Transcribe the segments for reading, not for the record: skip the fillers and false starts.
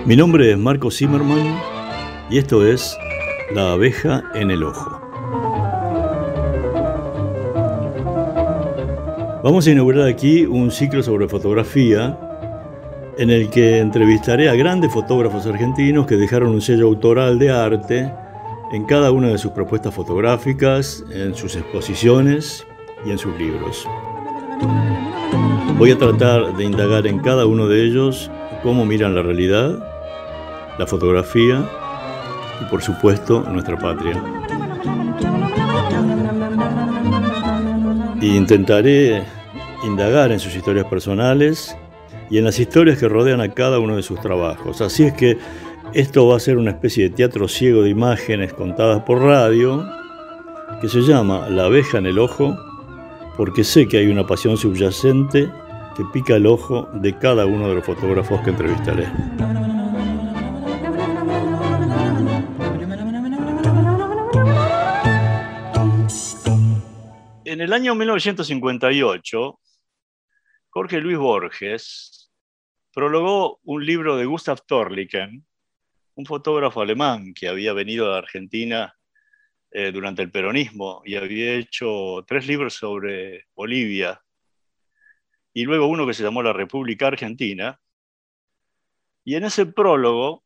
Mi nombre es Marco Zimmerman y esto es La abeja en el ojo. Vamos a inaugurar aquí un ciclo sobre fotografía en el que entrevistaré a grandes fotógrafos argentinos que dejaron un sello autoral de arte en cada una de sus propuestas fotográficas, en sus exposiciones y en sus libros. Voy a tratar de indagar en cada uno de ellos cómo miran la realidad, la fotografía y, por supuesto, nuestra patria. Y intentaré indagar en sus historias personales y en las historias que rodean a cada uno de sus trabajos. Así es que esto va a ser una especie de teatro ciego de imágenes contadas por radio que se llama La abeja en el ojo, porque sé que hay una pasión subyacente que pica el ojo de cada uno de los fotógrafos que entrevistaré. En el año 1958, Jorge Luis Borges prologó un libro de Gustav Törlichen, un fotógrafo alemán que había venido a la Argentina durante el peronismo y había hecho 3 libros sobre Bolivia y luego uno que se llamó La República Argentina. Y en ese prólogo,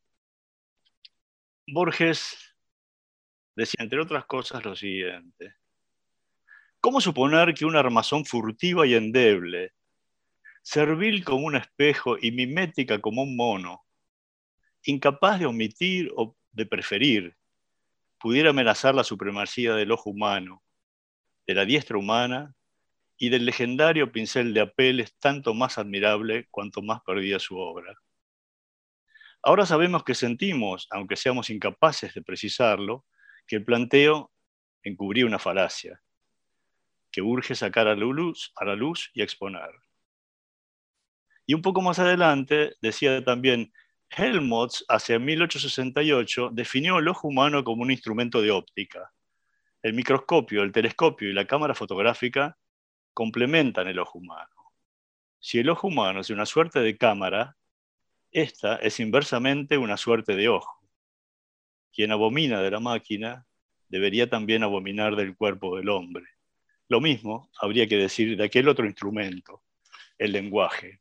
Borges decía, entre otras cosas, lo siguiente: ¿cómo suponer que una armazón furtiva y endeble, servil como un espejo y mimética como un mono, incapaz de omitir o de preferir, pudiera amenazar la supremacía del ojo humano, de la diestra humana y del legendario pincel de Apeles, tanto más admirable cuanto más perdida su obra? Ahora sabemos que sentimos, aunque seamos incapaces de precisarlo, que el planteo encubría una falacia, que urge sacar a la luz y exponer. Y un poco más adelante decía también: Helmholtz, hacia 1868, definió el ojo humano como un instrumento de óptica. El microscopio, el telescopio y la cámara fotográfica complementan el ojo humano. Si el ojo humano es una suerte de cámara, esta es inversamente una suerte de ojo. Quien abomina de la máquina debería también abominar del cuerpo del hombre. Lo mismo habría que decir de aquel otro instrumento, el lenguaje.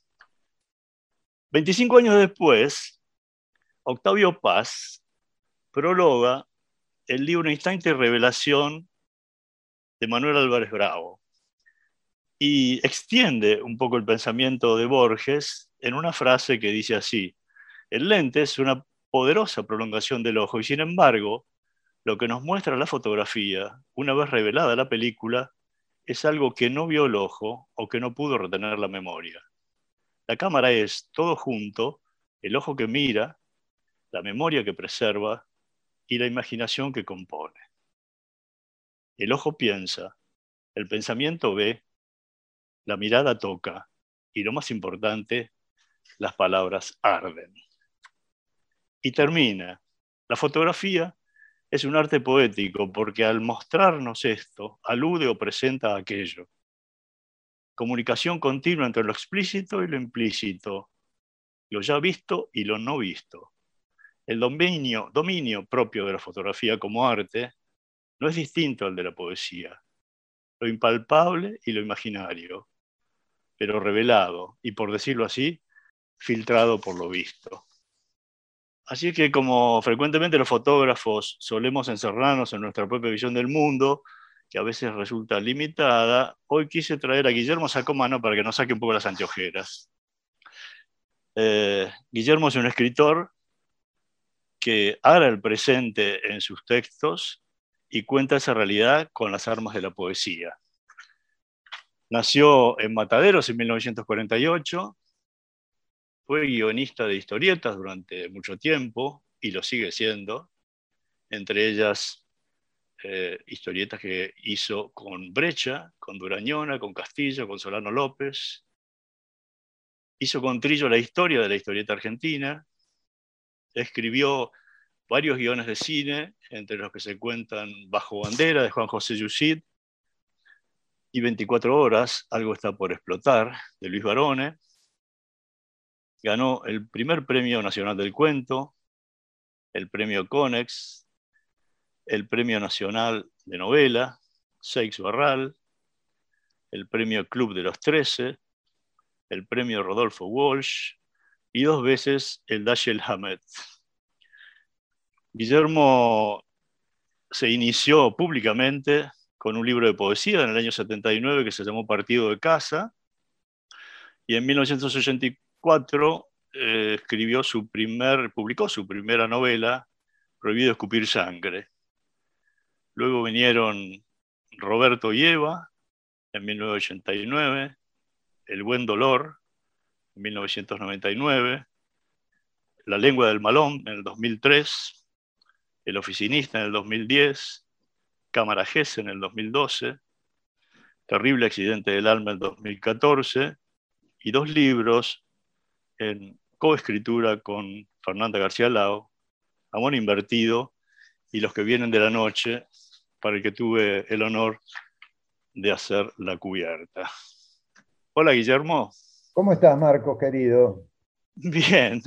25 años después, Octavio Paz prologa el libro Instante y Revelación de Manuel Álvarez Bravo y extiende un poco el pensamiento de Borges en una frase que dice así: el lente es una poderosa prolongación del ojo y, sin embargo, lo que nos muestra la fotografía, una vez revelada la película, es algo que no vio el ojo o que no pudo retener la memoria. La cámara es, todo junto, el ojo que mira, la memoria que preserva y la imaginación que compone. El ojo piensa, el pensamiento ve, la mirada toca y, lo más importante, las palabras arden. Y termina: la fotografía es un arte poético porque al mostrarnos esto, alude o presenta aquello. Comunicación continua entre lo explícito y lo implícito, lo ya visto y lo no visto. El dominio propio de la fotografía como arte no es distinto al de la poesía. Lo impalpable y lo imaginario, pero revelado y, por decirlo así, filtrado por lo visto. Así que, como frecuentemente los fotógrafos solemos encerrarnos en nuestra propia visión del mundo, que a veces resulta limitada, hoy quise traer a Guillermo Sacomano para que nos saque un poco las anteojeras. Guillermo es un escritor que ara el presente en sus textos y cuenta esa realidad con las armas de la poesía. Nació en Mataderos en 1948, fue guionista de historietas durante mucho tiempo y lo sigue siendo, entre ellas historietas que hizo con Brecha, con Durañona, con Castillo, con Solano López. Hizo con Trillo la historia de la historieta argentina. Escribió varios guiones de cine, entre los que se cuentan Bajo Bandera, de Juan José Yusid, y 24 horas, algo está por explotar, de Luis Barone. ganó el primer Premio Nacional del Cuento, el Premio Conex, el Premio Nacional de Novela, Seix Barral, el Premio Club de los 13, el Premio Rodolfo Walsh y 2 veces el Dashiell Hammett. Guillermo se inició públicamente con un libro de poesía en el año 79 que se llamó Partido de Casa, y en 1984 publicó su primera novela, Prohibido escupir sangre. Luego vinieron Roberto y Eva en 1989, El buen dolor en 1999, La lengua del malón en el 2003, El oficinista en el 2010, Cámara Gese en el 2012, Terrible accidente del alma en el 2014, y 2 libros en coescritura con Fernanda García Lao, Amor invertido y Los que vienen de la noche, para el que tuve el honor de hacer la cubierta. Hola, Guillermo. ¿Cómo estás, Marcos, querido? Bien.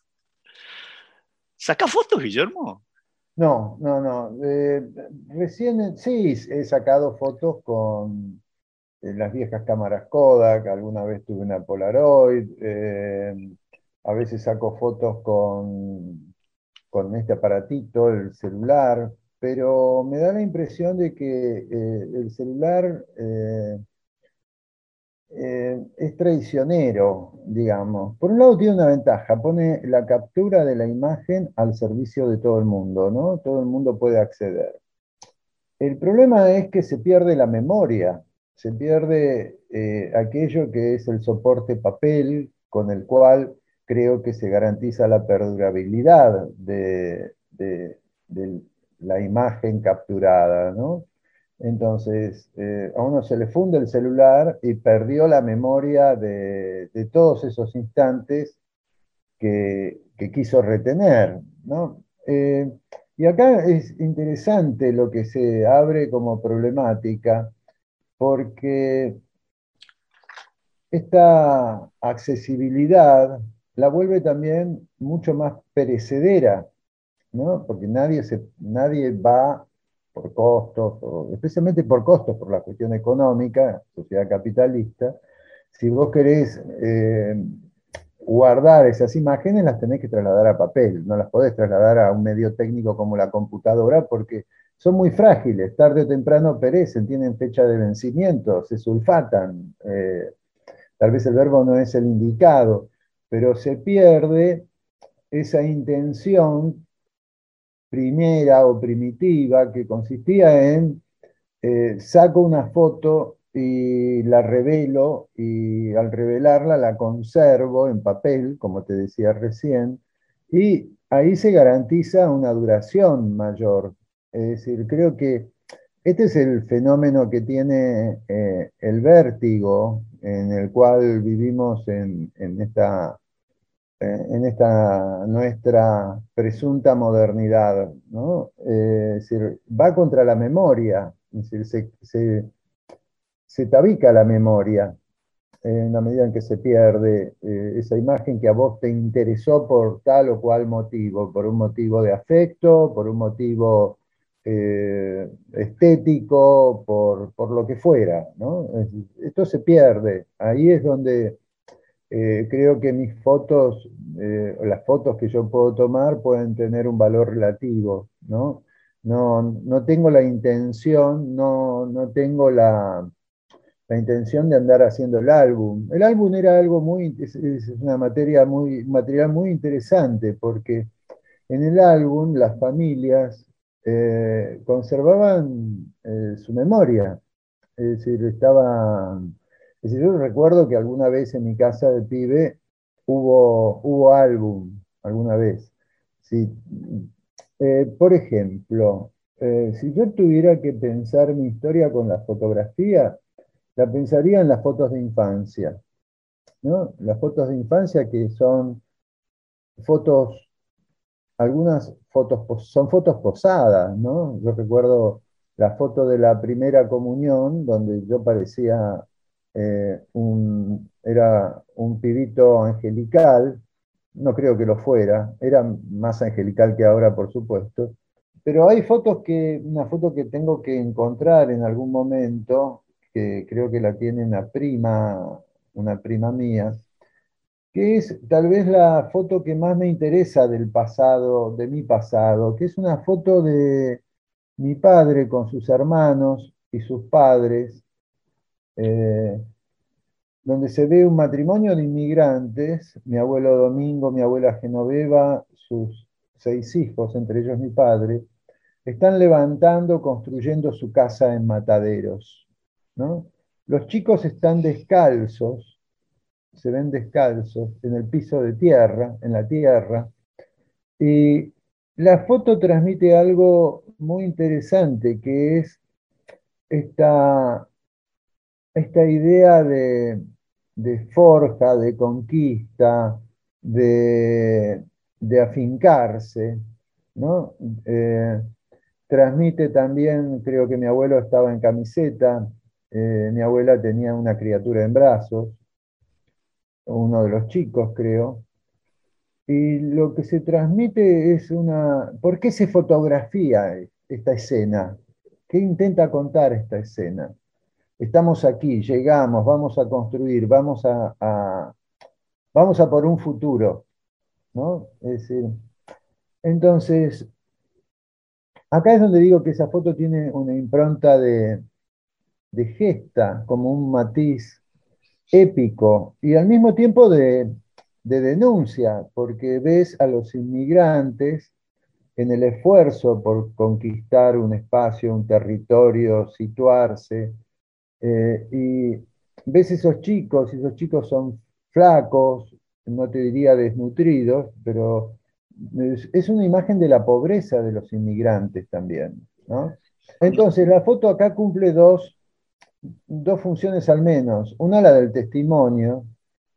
¿Sacás fotos, Guillermo? No, no, no. Recién sí he sacado fotos con las viejas cámaras Kodak, alguna vez tuve una Polaroid, a veces saco fotos con este aparatito, el celular, pero me da la impresión de que el celular es traicionero, digamos. Por un lado tiene una ventaja, pone la captura de la imagen al servicio de todo el mundo, ¿no? Todo el mundo puede acceder. El problema es que se pierde la memoria, se pierde aquello que es el soporte papel con el cual creo que se garantiza la perdurabilidad de la imagen capturada, ¿no? Entonces, a uno se le funde el celular y perdió la memoria de todos esos instantes que quiso retener, ¿no? Y acá es interesante lo que se abre como problemática, porque esta accesibilidad la vuelve también mucho más perecedera, ¿no? Porque nadie va por costos, especialmente por costos, por la cuestión económica, sociedad capitalista. Si vos querés guardar esas imágenes, las tenés que trasladar a papel, no las podés trasladar a un medio técnico como la computadora porque son muy frágiles, tarde o temprano perecen, tienen fecha de vencimiento, se sulfatan, tal vez el verbo no es el indicado, pero se pierde esa intención primera o primitiva que consistía en saco una foto y la revelo y al revelarla la conservo en papel, como te decía recién, y ahí se garantiza una duración mayor. Es decir, creo que este es el fenómeno que tiene el vértigo en el cual vivimos en esta nuestra presunta modernidad, ¿no? Es decir, va contra la memoria, es decir, se tabica la memoria en la medida en que se pierde esa imagen que a vos te interesó por tal o cual motivo, por un motivo de afecto, por un motivo estético, por lo que fuera, ¿no? Esto se pierde. Ahí es donde creo que mis fotos, las fotos que yo puedo tomar pueden tener un valor relativo, ¿no? No tengo la intención, no tengo la intención de andar haciendo el álbum. El álbum era algo es una material muy interesante porque en el álbum las familias conservaban su memoria. Es decir, es decir, yo recuerdo que alguna vez en mi casa de pibe hubo álbum, alguna vez. Sí. Por ejemplo, si yo tuviera que pensar mi historia con la fotografía, la pensaría en las fotos de infancia, ¿no? Las fotos de infancia que son fotos, algunas fotos son fotos posadas, ¿no? Yo recuerdo la foto de la primera comunión, donde yo parecía era un pibito angelical, no creo que lo fuera, era más angelical que ahora, por supuesto, pero hay una foto que tengo que encontrar en algún momento, que creo que la tiene una prima mía, que es tal vez la foto que más me interesa del pasado, de mi pasado, que es una foto de mi padre con sus hermanos y sus padres, eh, donde se ve un matrimonio de inmigrantes, mi abuelo Domingo, mi abuela Genoveva, sus 6 hijos, entre ellos mi padre, están levantando, construyendo su casa en Mataderos, ¿no? Los chicos están descalzos, se ven descalzos en el piso de tierra, en la tierra, y la foto transmite algo muy interesante, que es esta, esta idea de forja, de conquista, de, de afincarse, ¿no? Eh, Transmite también, creo que mi abuelo estaba en camiseta, mi abuela tenía una criatura en brazos, uno de los chicos, creo, y lo que se transmite es una... ¿Por qué se fotografía esta escena? ¿Qué intenta contar esta escena? Estamos aquí, llegamos, vamos a construir, vamos a por un futuro, ¿no? Es decir, entonces, acá es donde digo que esa foto tiene una impronta de gesta, como un matiz épico y al mismo tiempo de denuncia, porque ves a los inmigrantes en el esfuerzo por conquistar un espacio, un territorio, situarse, y ves y esos chicos son flacos, no te diría desnutridos, pero es una imagen de la pobreza de los inmigrantes también, ¿no? Entonces, la foto acá cumple dos funciones al menos. Una la del testimonio,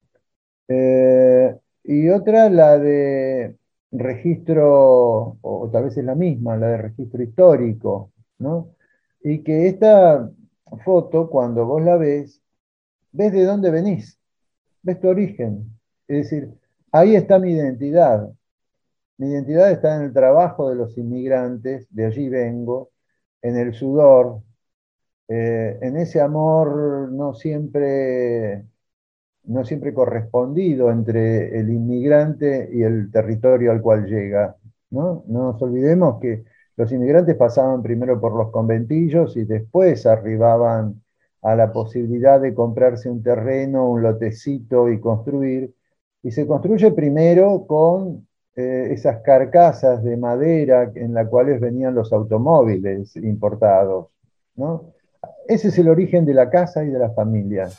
y otra la de registro, o tal vez es la misma, la de registro histórico, ¿no? Y que esta foto, cuando vos la ves de dónde venís, ves tu origen. Es decir, ahí está mi identidad. Mi identidad está en el trabajo de los inmigrantes, de allí vengo, en el sudor, en ese amor no siempre correspondido entre el inmigrante y el territorio al cual llega, ¿no? No nos olvidemos que los inmigrantes pasaban primero por los conventillos y después arribaban a la posibilidad de comprarse un terreno, un lotecito y construir. Y se construye primero con esas carcasas de madera en las cuales venían los automóviles importados, ¿no? Ese es el origen de la casa y de la familia.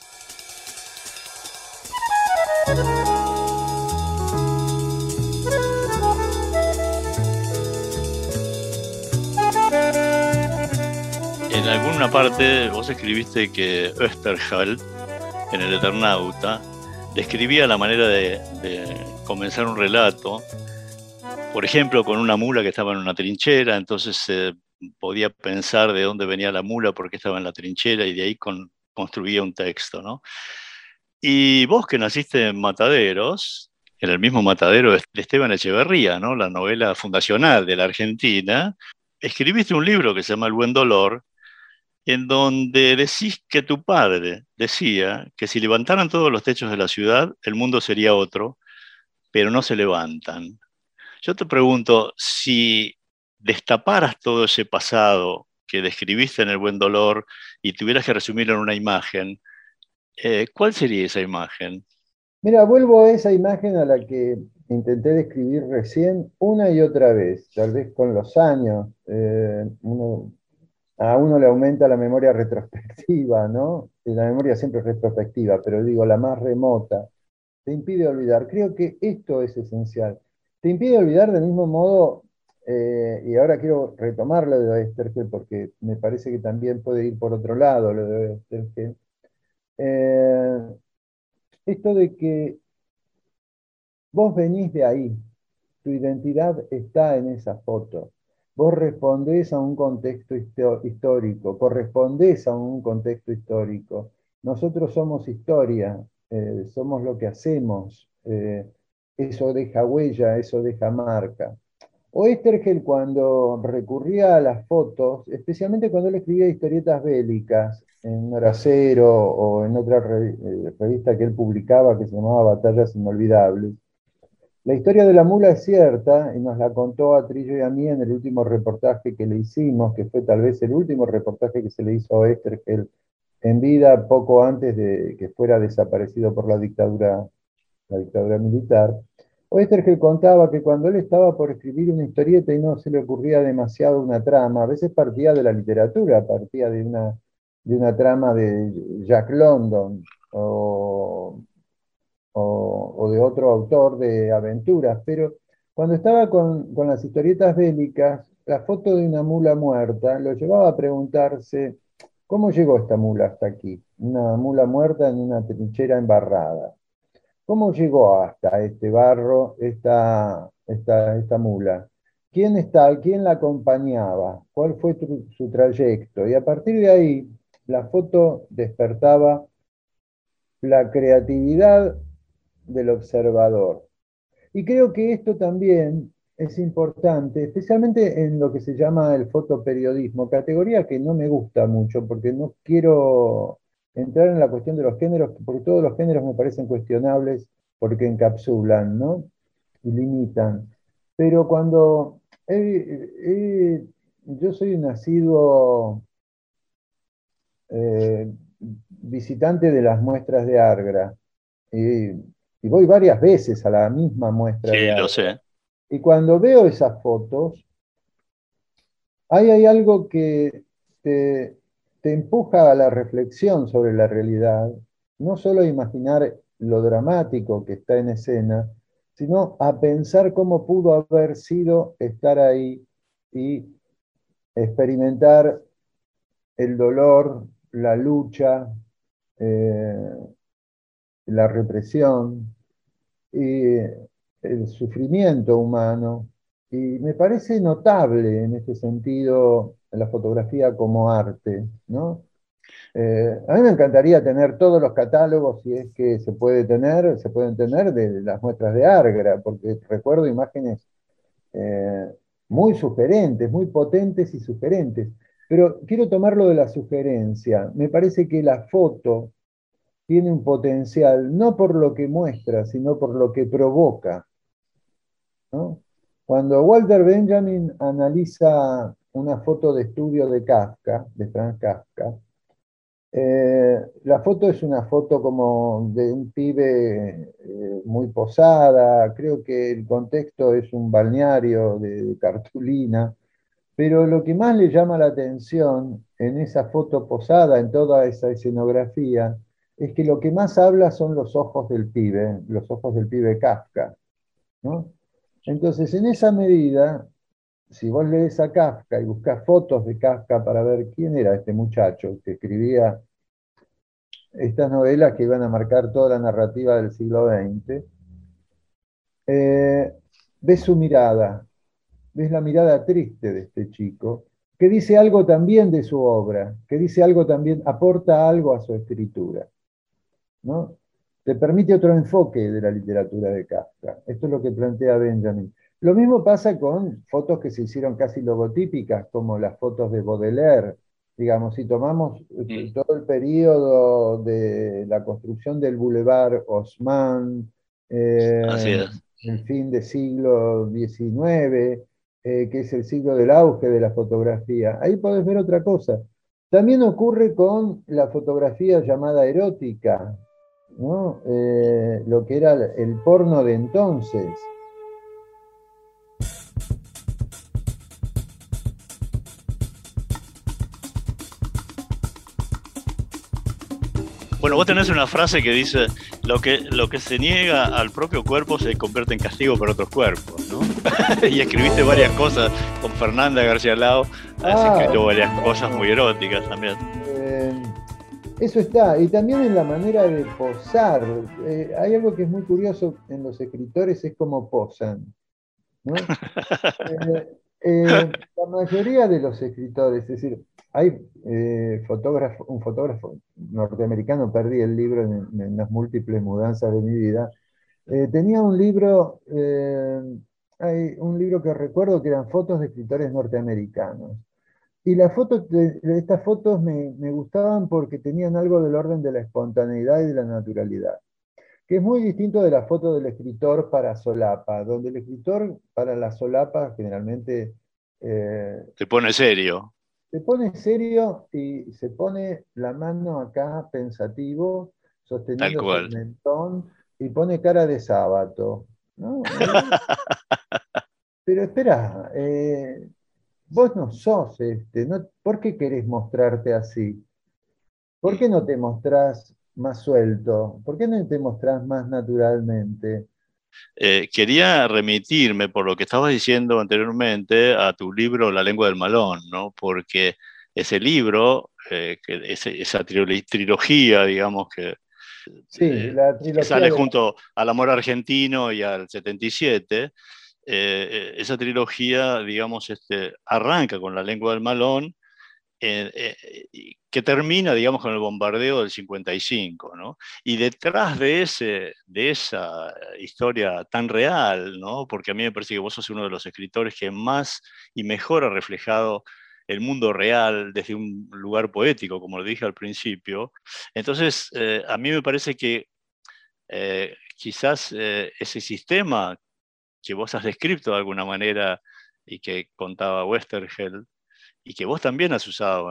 En alguna parte vos escribiste que Oesterheld, en el Eternauta, describía la manera de comenzar un relato, por ejemplo, con una mula que estaba en una trinchera, entonces se podía pensar de dónde venía la mula, por qué estaba en la trinchera, y de ahí construía un texto, ¿no? Y vos que naciste en Mataderos, en el mismo Matadero de Esteban Echeverría, ¿no? La novela fundacional de la Argentina, escribiste un libro que se llama El Buen Dolor, en donde decís que tu padre decía que si levantaran todos los techos de la ciudad, el mundo sería otro, pero no se levantan. Yo te pregunto, si destaparas todo ese pasado que describiste en El Buen Dolor y tuvieras que resumirlo en una imagen, ¿cuál sería esa imagen? Mira, vuelvo a esa imagen a la que intenté describir recién una y otra vez, tal vez con los años. A uno le aumenta la memoria retrospectiva, ¿no? Y la memoria siempre es retrospectiva, pero digo, la más remota, te impide olvidar. Creo que esto es esencial. Te impide olvidar del mismo modo, y ahora quiero retomar lo de Oestergel porque me parece que también puede ir por otro lado lo de Oestergel. Eh, Esto de que vos venís de ahí, tu identidad está en esa foto. Vos respondés a un contexto histórico, correspondés a un contexto histórico. Nosotros somos historia, somos lo que hacemos. eso deja huella, eso deja marca. Oestergel cuando recurría a las fotos, especialmente cuando él escribía historietas bélicas en Hora Cero o en otra revista que él publicaba que se llamaba Batallas Inolvidables, la historia de la mula es cierta y nos la contó a Trillo y a mí en el último reportaje que le hicimos, que fue tal vez el último reportaje que se le hizo a Oestergel en vida poco antes de que fuera desaparecido por la dictadura militar. Oestergel contaba que cuando él estaba por escribir una historieta y no se le ocurría demasiado una trama, a veces partía de la literatura, partía de una trama de Jack London o de otro autor de aventuras, pero cuando estaba con las historietas bélicas, la foto de una mula muerta lo llevaba a preguntarse, ¿cómo llegó esta mula hasta aquí? Una mula muerta en una trinchera embarrada. ¿Cómo llegó hasta este barro esta mula? ¿Quién la acompañaba? ¿Cuál fue su trayecto? Y a partir de ahí, la foto despertaba la creatividad del observador. Y creo que esto también es importante, especialmente en lo que se llama el fotoperiodismo, categoría que no me gusta mucho porque no quiero entrar en la cuestión de los géneros, porque todos los géneros me parecen cuestionables porque encapsulan, ¿no? Y limitan. Pero cuando yo soy un asiduo eh, visitante de las muestras de Argra, y, y voy varias veces a la misma muestra de Sí, lo Argra. sé. Y cuando veo esas fotos, ahí hay algo que te, te empuja a la reflexión sobre la realidad, no solo a imaginar lo dramático que está en escena, sino a pensar cómo pudo haber sido estar ahí y experimentar el dolor, la lucha, eh, la represión y el sufrimiento humano. Y me parece notable en este sentido la fotografía como arte, ¿no? A mí me encantaría tener todos los catálogos, si es que se pueden tener de las muestras de Argra, porque recuerdo imágenes eh, muy sugerentes, muy potentes y sugerentes. Pero quiero tomarlo de la sugerencia. Me parece que la foto tiene un potencial, no por lo que muestra, sino por lo que provoca, ¿no? Cuando Walter Benjamin analiza una foto de estudio de Kafka, de Franz Kafka, la foto es una foto como de un pibe muy posada, creo que el contexto es un balneario de cartulina, pero lo que más le llama la atención en esa foto posada, en toda esa escenografía, es que lo que más habla son los ojos del pibe Kafka, ¿no? Entonces, en esa medida, si vos lees a Kafka y buscas fotos de Kafka para ver quién era este muchacho que escribía estas novelas que iban a marcar toda la narrativa del siglo XX, eh, ves su mirada, ves la mirada triste de este chico, que dice algo también de su obra, que dice algo también, aporta algo a su escritura, ¿no? Te permite otro enfoque de la literatura de Kafka. Esto es lo que plantea Benjamin. Lo mismo pasa con fotos que se hicieron casi logotípicas, como las fotos de Baudelaire. Digamos, si tomamos Mm, todo el periodo de la construcción del Boulevard Haussmann, así eh, es. el fin del siglo XIX, que es el siglo del auge de la fotografía, ahí podés ver otra cosa. También ocurre con la fotografía llamada erótica, ¿no? Lo que era el porno de entonces. Bueno, vos tenés una frase que dice, lo que se niega al propio cuerpo se convierte en castigo para otros cuerpos, ¿no? Y escribiste varias cosas con Fernanda García Lao, has Ah, escrito varias cosas claro. muy eróticas también. Eh, Eso está. Y también en la manera de posar. Hay algo que es muy curioso en los escritores, es cómo posan, ¿no? La mayoría de los escritores, es decir, hay un fotógrafo norteamericano, perdí el libro en las múltiples mudanzas de mi vida, Tenía un libro, hay un libro que recuerdo que eran fotos de escritores norteamericanos. Y las fotos de estas fotos me gustaban porque tenían algo del orden de la espontaneidad y de la naturalidad, que es muy distinto de la foto del escritor para solapa, donde el escritor para la solapa generalmente Te pone serio, se pone serio y se pone la mano acá pensativo, tal sosteniéndose el cual. mentón y pone cara de sábado, ¿no? Pero espera, vos no sos ¿no? ¿Por qué querés mostrarte así? ¿Por Mm. qué no te mostrás más suelto? ¿Por qué no te mostrás más naturalmente? Quería remitirme, por lo que estabas diciendo anteriormente, a tu libro La lengua del malón, ¿no? Porque ese libro, esa trilogía, digamos, Sí, eh, la que trilogía sale de la... junto al Amor Argentino y al 77, esa trilogía, digamos, arranca con La lengua del malón, que termina, digamos, con el bombardeo del 55, ¿no? Y detrás de esa historia tan real, ¿no? Porque a mí me parece que vos sos uno de los escritores que más y mejor ha reflejado el mundo real desde un lugar poético, como lo dije al principio. Entonces, a mí me parece que quizás ese sistema que vos has descrito de alguna manera y que contaba Westergel, y que vos también has usado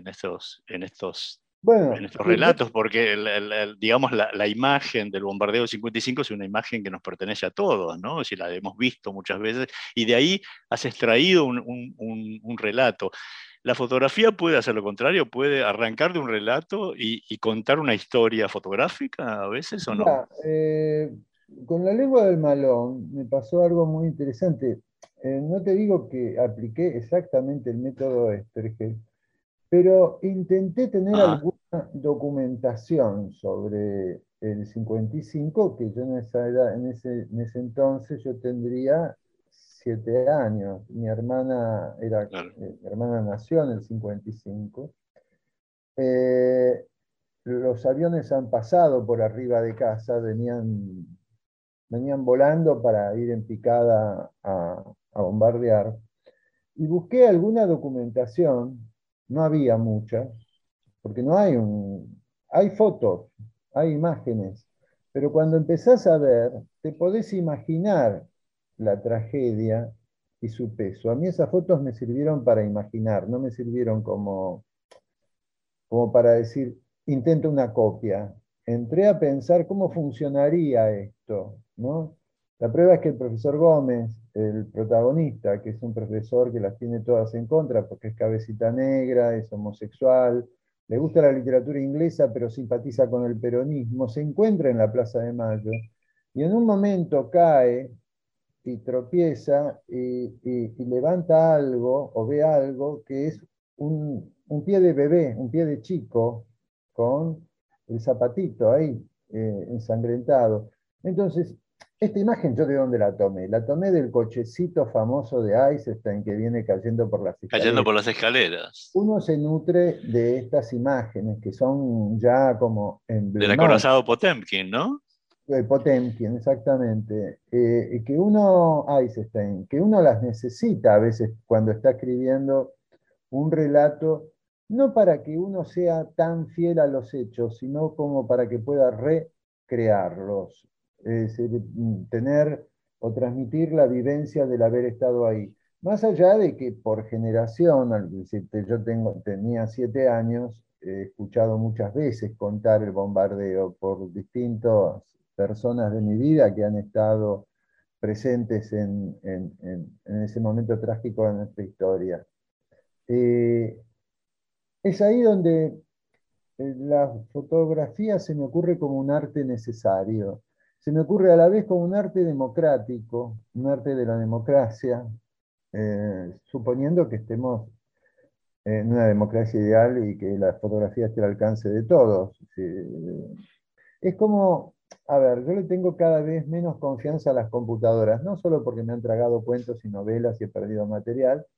en Bueno, estos relatos, porque digamos la imagen del bombardeo del 55 es una imagen que nos pertenece a todos, ¿no? Si la hemos visto muchas veces, y de ahí has extraído un relato. La fotografía puede hacer lo contrario, puede arrancar de un relato y contar una historia fotográfica a veces o no. mira, con la lengua del malón me pasó algo muy interesante. No te digo que apliqué exactamente el método Estergel, pero intenté tener Ah, alguna documentación sobre el 55, que yo en esa edad, en ese entonces yo tendría 7 años. claro. Mi hermana nació en el 55. Eh, los aviones han pasado por arriba de casa, venían volando para ir en picada a bombardear. Y busqué alguna documentación, no había mucha, porque no hay hay fotos, hay imágenes, pero cuando empezás a ver, te podés imaginar la tragedia y su peso. A mí esas fotos me sirvieron para imaginar, no me sirvieron como para decir, intento una copia. Entré a pensar cómo funcionaría esto, ¿no? La prueba es que el profesor Gómez, el protagonista, que es un profesor que las tiene todas en contra porque es cabecita negra, es homosexual, le gusta la literatura inglesa pero simpatiza con el peronismo, se encuentra en la Plaza de Mayo y en un momento cae y tropieza y levanta algo o ve algo que es un pie de bebé, un pie de chico, con el zapatito ahí, ensangrentado. Entonces, esta imagen yo de dónde la tomé. La tomé del cochecito famoso de Eisenstein que viene cayendo por las Cayendo escaleras. por las escaleras. Uno se nutre de estas imágenes que son ya como Del emblemáticas. acorazado Potemkin, ¿no? Potemkin, exactamente, que uno, Eisenstein, que uno las necesita a veces cuando está escribiendo un relato, no para que uno sea tan fiel a los hechos, sino como para que pueda recrearlos, es decir, tener o transmitir la vivencia del haber estado ahí. Más allá de que por generación, al decirte, tenía 7 años, he escuchado muchas veces contar el bombardeo por distintas personas de mi vida que han estado presentes en ese momento trágico de nuestra historia. Eh, es ahí donde la fotografía se me ocurre como un arte necesario. Se me ocurre a la vez como un arte democrático, un arte de la democracia, suponiendo que estemos en una democracia ideal y que la fotografía esté al alcance de todos. Sí, es como, a ver, yo le tengo cada vez menos confianza a las computadoras, no solo porque me han tragado cuentos y novelas y he perdido material,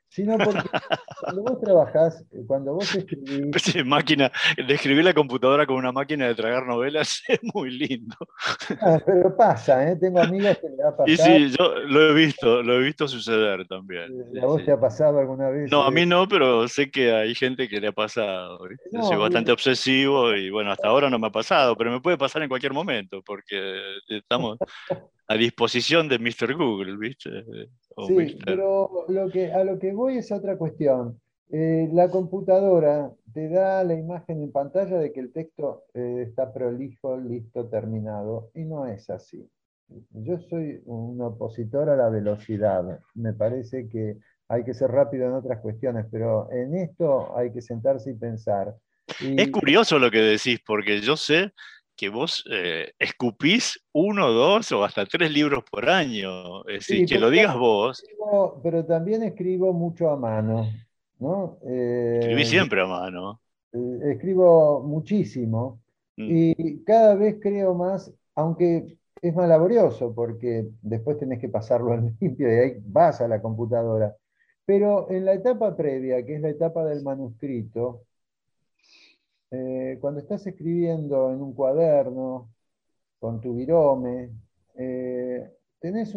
sino porque cuando vos trabajás, cuando vos escribís, Pues, máquina, describir la computadora con una máquina de tragar novelas es muy lindo. pero pasa, ¿eh? Tengo amigos que le ha Y pasado, sí, yo lo he visto suceder también. Sí, ¿a vos te sí. ha pasado alguna vez? No, a mí no, pero sé que hay gente que le ha pasado, ¿viste? Yo soy No, bastante obsesivo y bueno, hasta ahora no me ha pasado, pero me puede pasar en cualquier momento porque estamos a disposición de Mr. Google, ¿viste? O sí, Mr. pero a lo que voy es otra cuestión. La computadora te da la imagen en pantalla de que el texto está prolijo, listo, terminado, y no es así. Yo soy un opositor a la velocidad. Me parece que hay que ser rápido en otras cuestiones, pero en esto hay que sentarse y pensar. Es Y curioso lo que decís, porque yo sé que vos escupís uno, dos o hasta tres libros por año. Es decir, sí, que lo digas vos, pero también escribo mucho a mano, ¿no? escribís siempre a mano. Escribo muchísimo Mm. y cada vez creo más, aunque es más laborioso porque después tenés que pasarlo en limpio y ahí vas a la computadora. Pero en la etapa previa, que es la etapa del manuscrito, cuando estás escribiendo en un cuaderno, con tu virome, tenés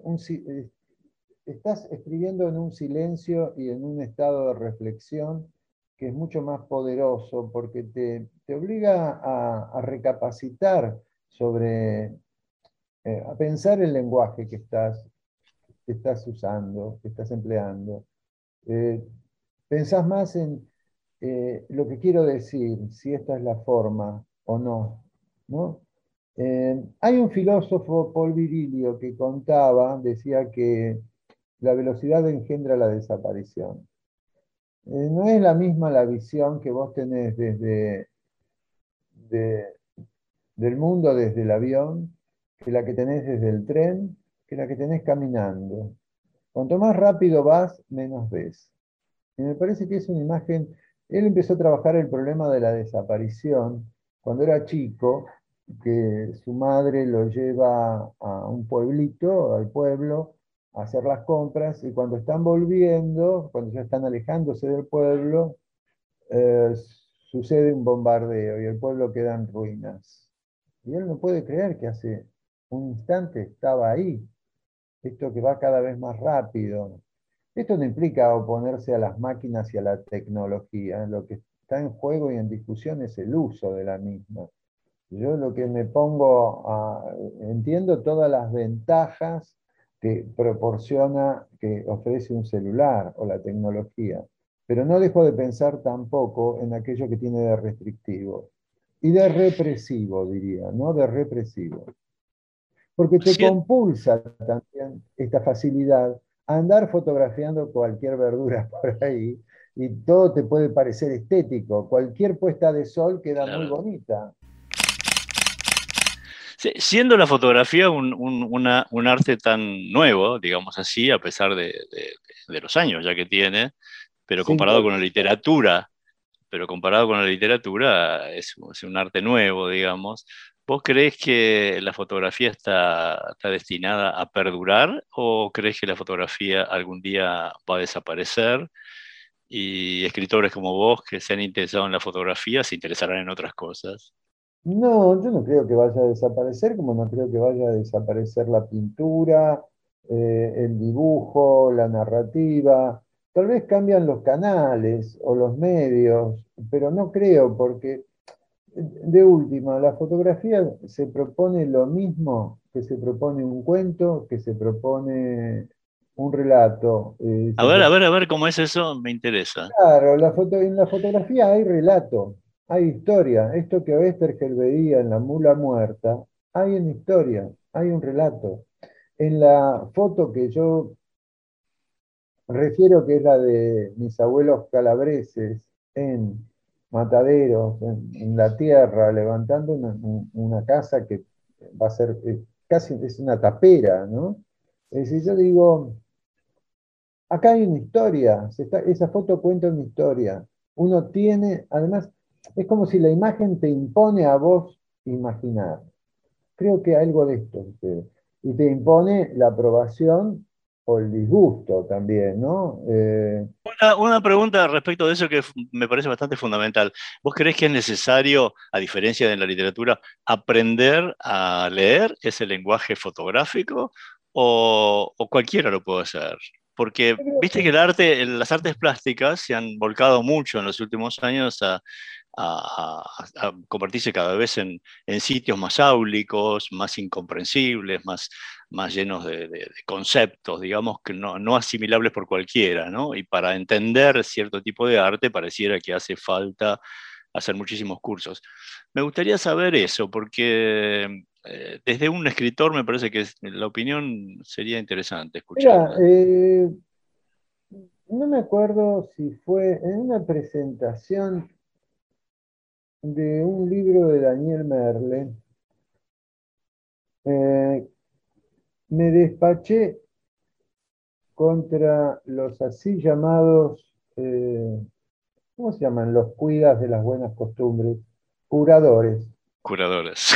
estás escribiendo en un silencio y en un estado de reflexión que es mucho más poderoso porque te obliga a recapacitar sobre, a pensar el lenguaje que estás usando, que estás empleando. Eh, Pensás más en lo que quiero decir, si esta es la forma o no, ¿no? Hay un filósofo, Paul Virilio, que contaba, decía que la velocidad engendra la desaparición. No es la misma la visión que vos tenés de- del mundo desde el avión, que la que tenés desde el tren, que la que tenés caminando. Cuanto más rápido vas, menos ves. Y me parece que es una imagen, él empezó a trabajar el problema de la desaparición cuando era chico, que su madre lo lleva a un pueblito, al pueblo, a hacer las compras, y cuando están volviendo, cuando ya están alejándose del pueblo, eh, sucede un bombardeo y el pueblo queda en ruinas. Y él no puede creer que hace un instante estaba ahí, esto que va cada vez más rápido. Esto no implica oponerse a las máquinas y a la tecnología. Lo que está en juego y en discusión es el uso de la misma. Yo lo que me pongo a, entiendo todas las ventajas que proporciona, que ofrece un celular o la tecnología, pero no dejo de pensar tampoco en aquello que tiene de restrictivo y de represivo, diría, ¿no? De represivo. Porque te Sí, compulsa también esta facilidad a andar fotografiando cualquier verdura por ahí y todo te puede parecer estético. Cualquier puesta de sol queda muy claro. bonita. Sí, siendo la fotografía un arte tan nuevo, digamos así, a pesar de los años ya que tiene, pero comparado Cinco, con la literatura, es un arte nuevo, digamos. ¿Vos creés que la fotografía está destinada a perdurar o creés que la fotografía algún día va a desaparecer y escritores como vos que se han interesado en la fotografía se interesarán en otras cosas? no, yo no creo que vaya a desaparecer, como no creo que vaya a desaparecer la pintura, el dibujo, la narrativa. Tal vez cambian los canales o los medios, pero no creo, porque de última, la fotografía se propone lo mismo que se propone un cuento, que se propone un relato. A ver cómo es eso, me interesa. Claro, en la fotografía hay relato, hay historia. Esto que Oestergel veía en La mula muerta, hay una historia, hay un relato. En la foto que yo refiero, que es la de mis abuelos calabreses en Mataderos, en la tierra, levantando una casa que va a ser casi es una tapera, ¿no? Es decir, yo digo, acá hay una historia, esa foto cuenta una historia. Uno tiene, además, es como si la imagen te impone a vos imaginar. Creo que algo de esto sucede. Y te impone la aprobación o el disgusto también, ¿no? Una pregunta respecto de eso que me parece bastante fundamental. ¿Vos creés que es necesario, a diferencia de la literatura, aprender a leer ese lenguaje fotográfico o cualquiera lo puede hacer? Porque Yo creo viste que el arte, las artes plásticas se han volcado mucho en los últimos años a convertirse cada vez en sitios más áulicos, más incomprensibles, más llenos de conceptos, digamos, que no asimilables por cualquiera, ¿no? Y para entender cierto tipo de arte pareciera que hace falta hacer muchísimos cursos. Me gustaría saber eso, porque desde un escritor me parece que la opinión sería interesante mira, escucharla. no me acuerdo si fue en una presentación de un libro de Daniel Merle, eh, me despaché contra los así llamados, ¿cómo se llaman? Los cuidas de las buenas costumbres, curadores. Curadores.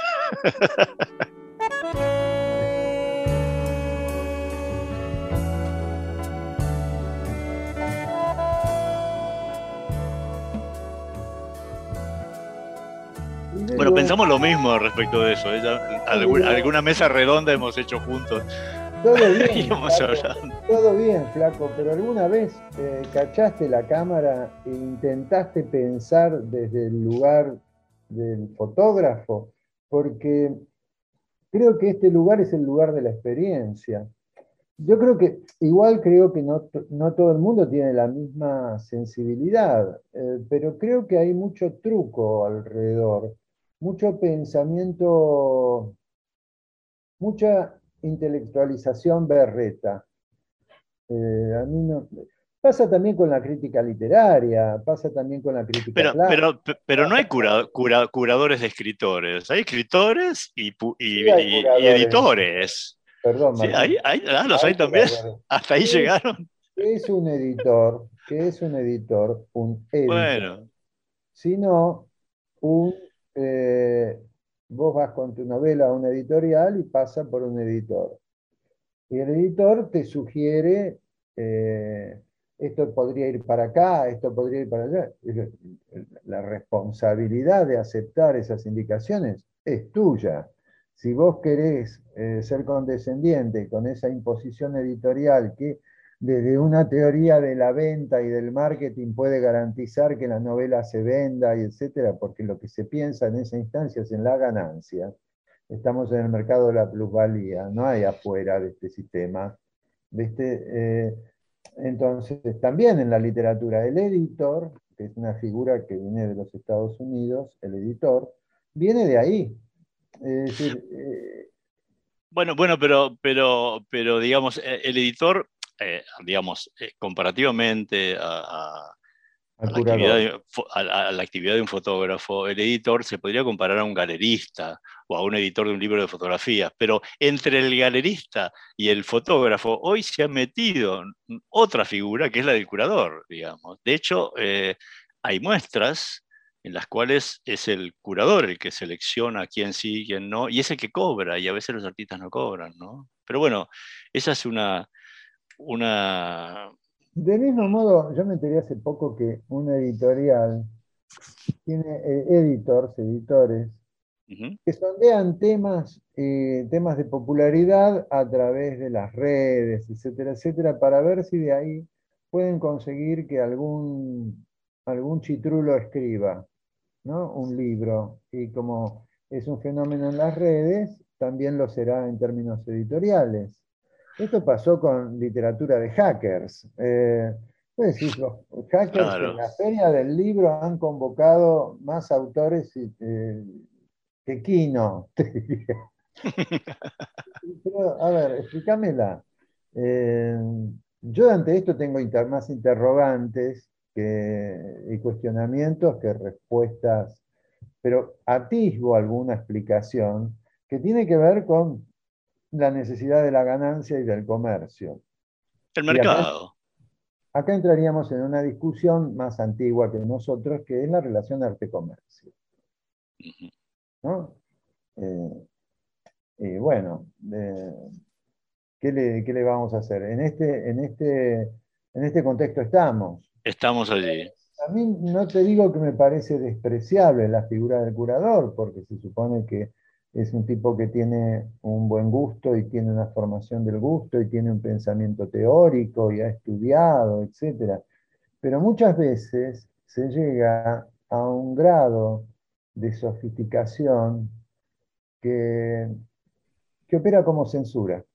Y Bueno, digo, pensamos lo mismo respecto de eso. digo, Alguna mesa redonda hemos hecho juntos todo y bien, hemos flaco, hablado. todo bien, flaco, pero ¿alguna vez cachaste la cámara e intentaste pensar desde el lugar del fotógrafo? Porque creo que este lugar es el lugar de la experiencia. Yo creo que, igual creo que no todo el mundo tiene la misma sensibilidad, pero creo que hay mucho truco alrededor, mucho pensamiento, mucha intelectualización berreta. A mí no, pasa también con la crítica literaria, pasa también con la crítica plástica, Pero no hay curadores de escritores. Hay escritores sí hay y curadores, editores. perdón, Sí, Martín, los hay hay también. curadores. Hasta ahí ¿Qué es, llegaron. qué es un editor? ¿Qué es un editor? Un editor. Bueno, Sino un, eh, vos vas con tu novela a una editorial y pasa por un editor. Y el editor te sugiere, eh, esto podría ir para acá, esto podría ir para allá. La responsabilidad de aceptar esas indicaciones es tuya. Si vos querés ser condescendiente con esa imposición editorial que desde una teoría de la venta y del marketing puede garantizar que la novela se venda y etcétera, porque lo que se piensa en esa instancia es en la ganancia. Estamos en el mercado de la plusvalía, no hay afuera de este sistema. ¿Viste? Entonces, también en la literatura, el editor, que es una figura que viene de los Estados Unidos, el editor, viene de ahí. Es decir, bueno, pero digamos, el editor, digamos, comparativamente al la actividad curador. a la actividad de un fotógrafo, el editor se podría comparar a un galerista o a un editor de un libro de fotografías, pero entre el galerista y el fotógrafo hoy se ha metido otra figura que es la del curador, digamos. De hecho, hay muestras en las cuales es el curador el que selecciona a quién sí y quién no, y es el que cobra, y a veces los artistas no cobran, ¿no? Pero bueno, esa es una Del mismo modo, yo me enteré hace poco que una editorial tiene editores, uh-huh. que sondean temas de popularidad a través de las redes, etcétera, etcétera, para ver si de ahí pueden conseguir que algún chitrulo escriba, ¿no? Un libro. Y como es un fenómeno en las redes, también lo será en términos editoriales. Esto pasó con literatura de hackers. Es decir, los hackers en Claro. la feria del libro han convocado más autores que Kino, te diría. Pero, a ver, explícamela. Eh, yo ante esto tengo más interrogantes y cuestionamientos que respuestas, pero atisbo alguna explicación que tiene que ver con la necesidad de la ganancia y del comercio. El Y mercado. acá entraríamos en una discusión más antigua que nosotros, que es la relación arte-comercio, Uh-huh. ¿no? Y bueno, qué le vamos a hacer? En este contexto estamos. Estamos allí. A mí no te digo que me parece despreciable la figura del curador, porque se supone que es un tipo que tiene un buen gusto y tiene una formación del gusto y tiene un pensamiento teórico y ha estudiado, etcétera. Pero muchas veces se llega a un grado de sofisticación que, que opera como censura.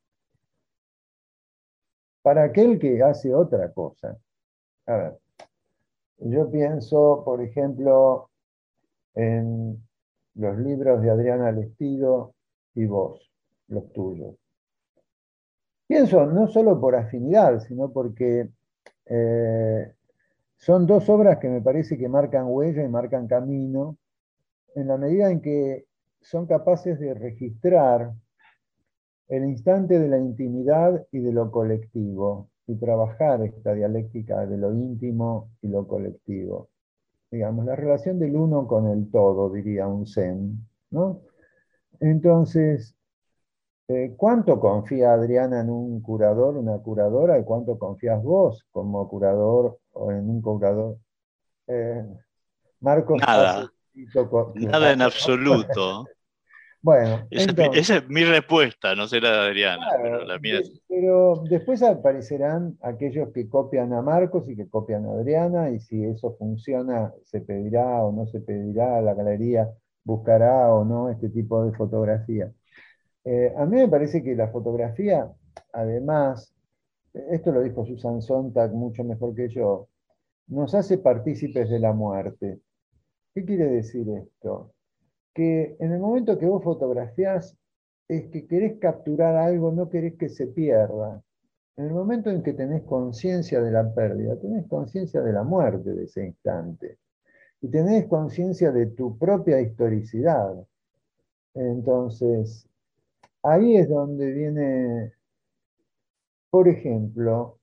Para aquel que hace otra cosa. A ver, yo pienso, por ejemplo, en los libros de Adriana Lestido y vos, los tuyos. Pienso no solo por afinidad, sino porque eh, son dos obras que me parece que marcan huella y marcan camino, en la medida en que son capaces de registrar el instante de la intimidad y de lo colectivo, y trabajar esta dialéctica de lo íntimo y lo colectivo. Digamos, la relación del uno con el todo, diría un zen, ¿no? Entonces, ¿cuánto confía Adriana en un curador, una curadora, y cuánto confías vos como curador o en un curador? Eh, Marcos hace Nada, nada en claro, ¿no? absoluto. Bueno, Esa entonces, es mi respuesta, no sé la de Adriana, pero claro, la mía es... pero después aparecerán aquellos que copian a Marcos y que copian a Adriana, y si eso funciona, se pedirá o no se pedirá, la galería buscará o no este tipo de fotografía. A mí me parece que la fotografía, además, esto lo dijo Susan Sontag mucho mejor que yo, nos hace partícipes de la muerte. ¿Qué quiere decir esto? Que en el momento que vos fotografiás, es que querés capturar algo, no querés que se pierda. En el momento en que tenés conciencia de la pérdida, tenés conciencia de la muerte de ese instante. Y tenés conciencia de tu propia historicidad. Entonces, ahí es donde viene, por ejemplo,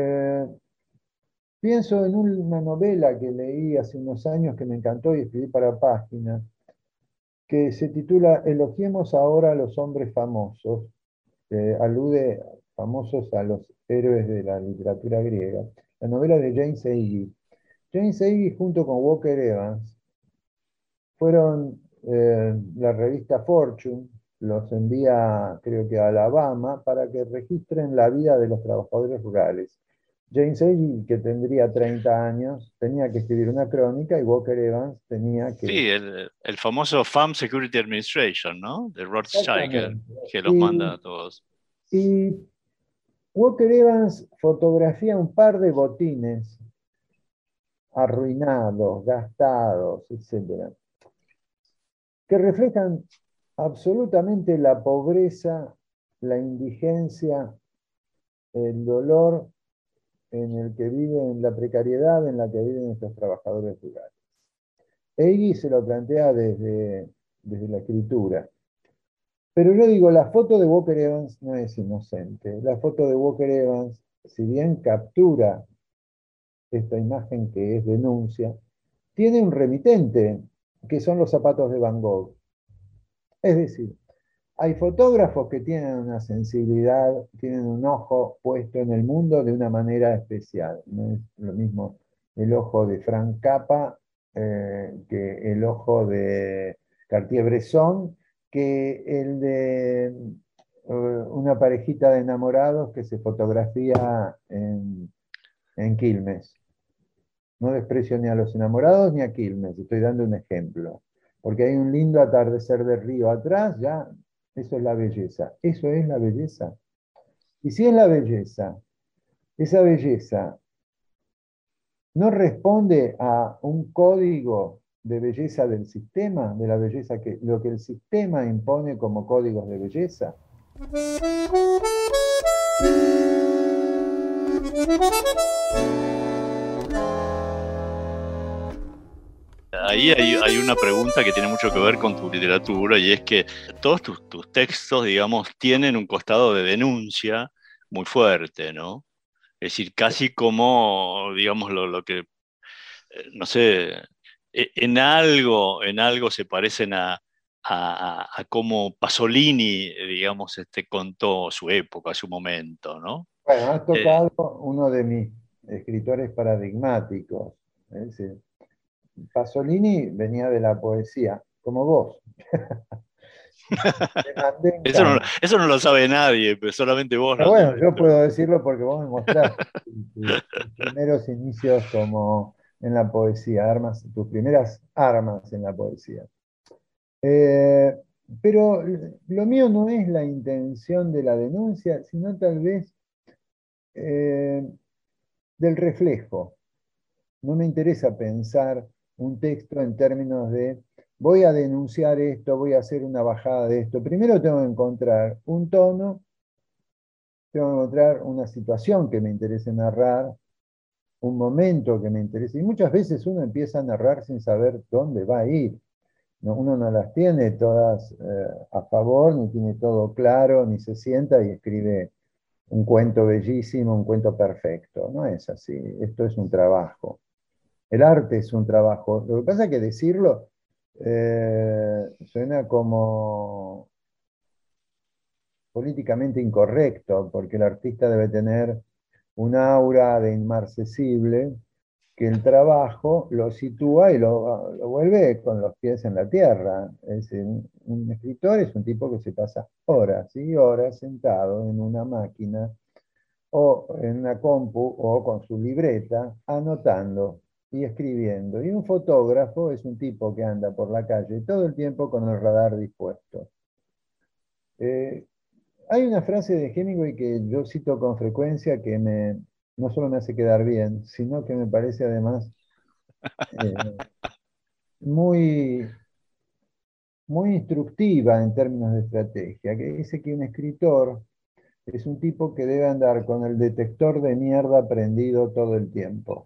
pienso en una novela que leí hace unos años que me encantó y escribí para Página, que se titula Elogiemos ahora a los hombres famosos, que alude famosos a los héroes de la literatura griega. La novela de James Agee. James Agee junto con Walker Evans fueron, la revista Fortune los envía, creo que a Alabama, para que registren la vida de los trabajadores rurales. James Agee, que tendría 30 años, tenía que escribir una crónica y Walker Evans tenía que... Sí, el famoso Farm Security Administration, ¿no? De Rod Steiger, Exactamente. que los manda a Y, todos. y Walker Evans fotografía un par de botines arruinados, gastados, etcétera, que reflejan absolutamente la pobreza, la indigencia, el dolor en el que viven, la precariedad en la que viven estos trabajadores rurales. Egui se lo plantea desde la escritura. Pero yo digo, la foto de Walker Evans no es inocente. La foto de Walker Evans, si bien captura esta imagen que es denuncia, tiene un remitente, que son los zapatos de Van Gogh. Es decir, hay fotógrafos que tienen una sensibilidad, tienen un ojo puesto en el mundo de una manera especial. No es lo mismo el ojo de Frank Capra que el ojo de Cartier-Bresson, que el de una parejita de enamorados que se fotografía en Quilmes. No desprecio ni a los enamorados ni a Quilmes, estoy dando un ejemplo. Porque hay un lindo atardecer de río atrás, ya, eso es la belleza. Eso es la belleza. Y si es la belleza, esa belleza no responde a un código de belleza del sistema, de la belleza que lo que el sistema impone como códigos de belleza. Ahí hay una pregunta que tiene mucho que ver con tu literatura y es que todos tus textos, digamos, tienen un costado de denuncia muy fuerte, ¿no? Es decir, casi como, digamos, lo que, no sé, en algo se parecen a cómo Pasolini, digamos, contó su época, su momento, ¿no? Bueno, has Eh, tocado uno de mis escritores paradigmáticos. Es decir, Pasolini venía de la poesía, como vos. Te mandé en cana. eso no lo sabe nadie, pero solamente vos Pero lo bueno, sabés. yo puedo decirlo porque vos me mostraste tus primeros inicios como en la poesía, tus primeras armas en la poesía. Eh, pero lo mío no es la intención de la denuncia, sino tal vez eh, del reflejo. No me interesa pensar un texto en términos de voy a denunciar esto, voy a hacer una bajada de esto. Primero tengo que encontrar un tono, tengo que encontrar una situación que me interese narrar, un momento que me interese. Y muchas veces uno empieza a narrar sin saber dónde va a ir. No, uno no las tiene todas a favor, ni tiene todo claro, ni se sienta y escribe un cuento bellísimo, un cuento perfecto. No es así. Esto es un trabajo. El arte es un trabajo. Lo que pasa es que decirlo suena como políticamente incorrecto, porque el artista debe tener un aura de inmarcesible que el trabajo lo sitúa y lo vuelve con los pies en la tierra. Es decir, un escritor es un tipo que se pasa horas y horas sentado en una máquina o en una compu o con su libreta anotando y escribiendo. Y un fotógrafo es un tipo que anda por la calle todo el tiempo con el radar dispuesto. Eh, Hay una frase de Hemingway que yo cito con frecuencia que no solo me hace quedar bien, sino que me parece además eh, muy, muy instructiva en términos de estrategia, que dice que un escritor es un tipo que debe andar con el detector de mierda prendido todo el tiempo.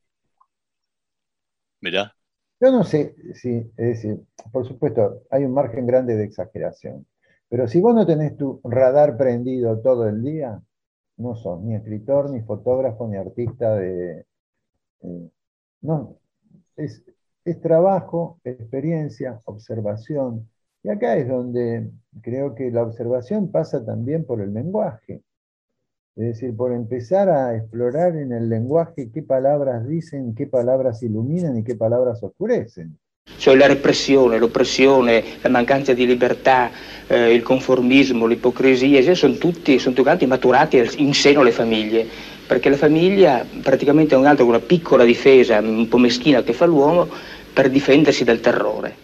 Mirá, Yo no sé si, es decir, por supuesto, hay un margen grande de exageración, pero si vos no tenés tu radar prendido todo el día, no sos ni escritor, ni fotógrafo, ni artista no, es, es trabajo, experiencia, observación. Y acá es donde creo que la observación pasa también por el lenguaje. Es decir, por empezar a explorar en el lenguaje qué palabras dicen, qué palabras iluminan y qué palabras oscurecen. Cioè la repressione, l'oppressione, la mancanza di libertà, il conformismo, l'ipocrisia, sono tutti quanti maturati in seno alle famiglie, perché la famiglia praticamente è un altro che una piccola difesa un po' meschina che fa l'uomo per difendersi dal terrore.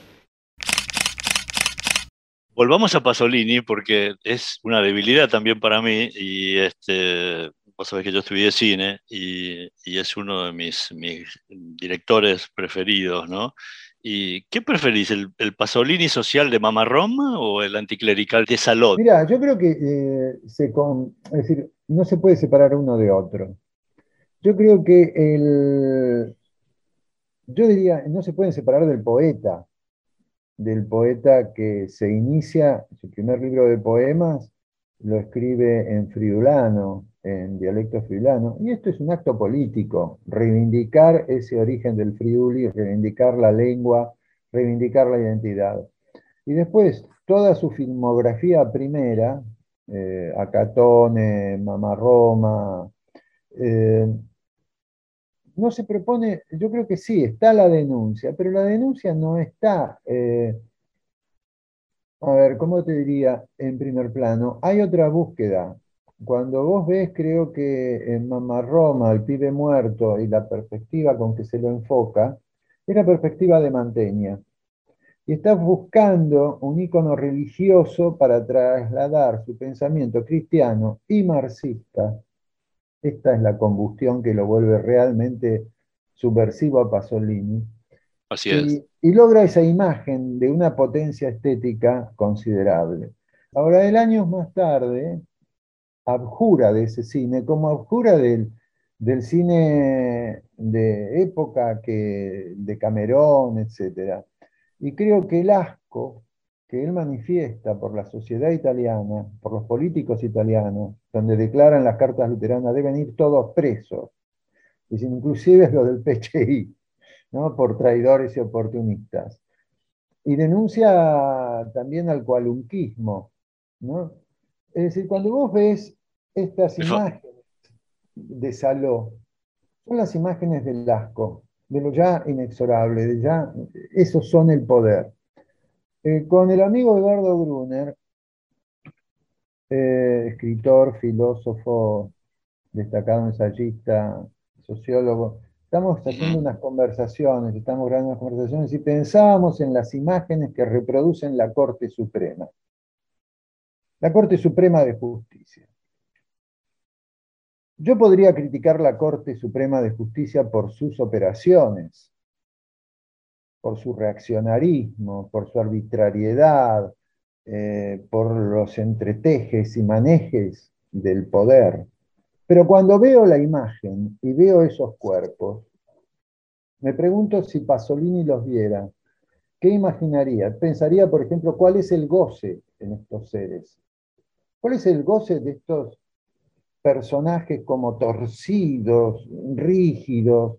volvamos a Pasolini porque es una debilidad también para mí y vos sabés que yo estudié cine y es uno de mis directores preferidos, ¿no? ¿Y qué preferís, el Pasolini social de Mama Roma o el anticlerical de Saló? Mira, yo creo que es decir, no se puede separar uno de otro. Yo creo que yo diría, no se pueden separar del poeta que se inicia, su primer libro de poemas lo escribe en friulano, en dialecto friulano, y esto es un acto político, reivindicar ese origen del friuli, reivindicar la lengua, reivindicar la identidad. Y después, toda su filmografía primera, Acatone, Mamá Roma, eh, no se propone, yo creo que sí, está la denuncia, pero la denuncia no está, a ver, ¿cómo te diría en primer plano? Hay otra búsqueda. Cuando vos ves, creo que en Mamá Roma, el pibe muerto y la perspectiva con que se lo enfoca, es la perspectiva de Manteña. Y estás buscando un ícono religioso para trasladar su pensamiento cristiano y marxista. Esta es la combustión que lo vuelve realmente subversivo a Pasolini. Así es. Y logra esa imagen de una potencia estética considerable. Ahora, él años más tarde abjura de ese cine, como abjura del cine de época de Camerón, etcétera. Y creo que el asco que él manifiesta por la sociedad italiana, por los políticos italianos, donde declaran las cartas luteranas, deben ir todos presos, y inclusive los del PCI, ¿no? Por traidores y oportunistas. Y denuncia también al cualunquismo, ¿no? Es decir, cuando vos ves estas imágenes de Saló, son las imágenes del asco, de lo ya inexorable, de ya, esos son el poder. Con el amigo Eduardo Brunner, escritor, filósofo, destacado ensayista, sociólogo, estamos haciendo unas conversaciones, estamos grabando unas conversaciones y pensábamos en las imágenes que reproducen la Corte Suprema. La Corte Suprema de Justicia. Yo podría criticar la Corte Suprema de Justicia por sus operaciones, por su reaccionarismo, por su arbitrariedad, por los entretejes y manejes del poder. Pero cuando veo la imagen y veo esos cuerpos, me pregunto si Pasolini los viera, ¿qué imaginaría? Pensaría, por ejemplo, ¿cuál es el goce en estos seres? ¿Cuál es el goce de estos personajes como torcidos, rígidos,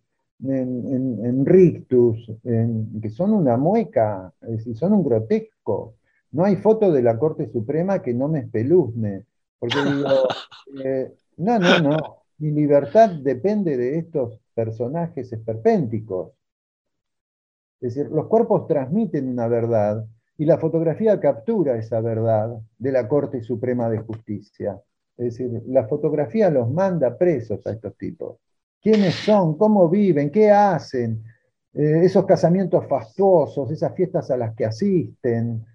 en rictus, que son una mueca, es decir, son un grotesco? No hay foto de la Corte Suprema que no me espeluzne, porque digo, no, mi libertad depende de estos personajes esperpénticos. Es decir, los cuerpos transmiten una verdad y la fotografía captura esa verdad de la Corte Suprema de Justicia. Es decir, la fotografía los manda presos a estos tipos. ¿Quiénes son? ¿Cómo viven? ¿Qué hacen? Esos casamientos fastuosos, esas fiestas a las que asisten.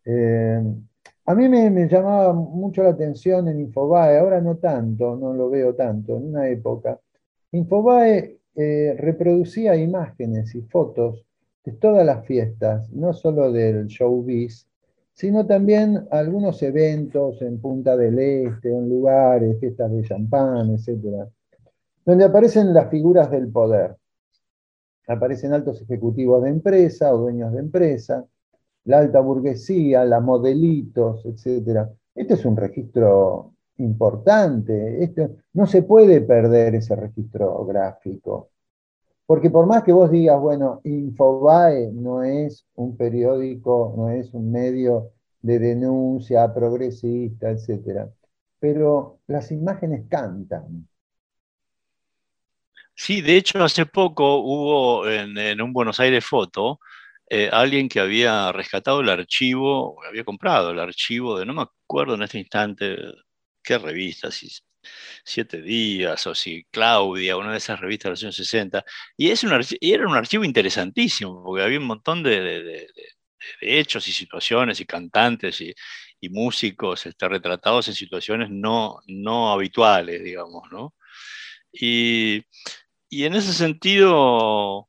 A mí me llamaba mucho la atención en Infobae, ahora no tanto, no lo veo tanto, en una época. Infobae reproducía imágenes y fotos de todas las fiestas, no solo del showbiz, sino también algunos eventos en Punta del Este, en lugares, fiestas de champán, etc., donde aparecen las figuras del poder. Aparecen altos ejecutivos de empresa o dueños de empresa, la alta burguesía, la modelitos, etc. Este es un registro importante, no se puede perder ese registro gráfico. Porque por más que vos digas, bueno, Infobae no es un periódico, no es un medio de denuncia progresista, etc., pero las imágenes cantan. Sí, de hecho, hace poco hubo en un Buenos Aires Foto alguien que había rescatado el archivo, había comprado el archivo de, no me acuerdo en este instante qué revista, si Siete Días o si Claudia, una de esas revistas de los años 60, y era un archivo interesantísimo, porque había un montón de hechos y situaciones y cantantes y músicos retratados en situaciones no habituales, digamos, ¿no? Y, y en ese sentido,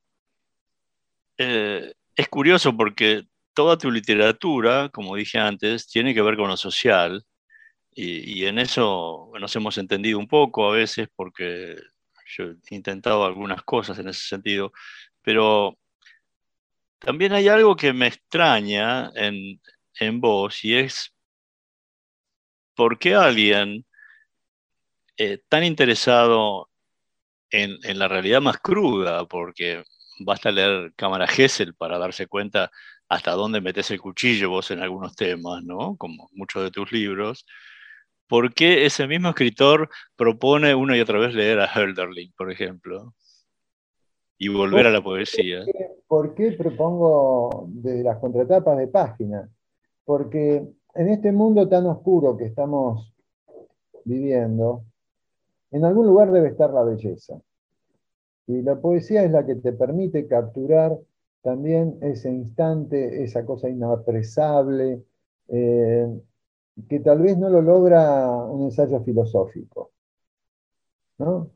es curioso porque toda tu literatura, como dije antes, tiene que ver con lo social y en eso nos hemos entendido un poco a veces porque yo he intentado algunas cosas en ese sentido, pero también hay algo que me extraña en vos y es por qué alguien tan interesado en la realidad más cruda, porque basta leer Cámara Gesell para darse cuenta hasta dónde metes el cuchillo vos en algunos temas, ¿no? Como muchos de tus libros. ¿Por qué ese mismo escritor propone una y otra vez leer a Hölderlin, por ejemplo, y volver a la poesía? ¿Por qué propongo desde las contratapas de página? Porque en este mundo tan oscuro que estamos viviendo, en algún lugar debe estar la belleza. Y la poesía es la que te permite capturar también ese instante, esa cosa inapresable, que tal vez no lo logra un ensayo filosófico, ¿no?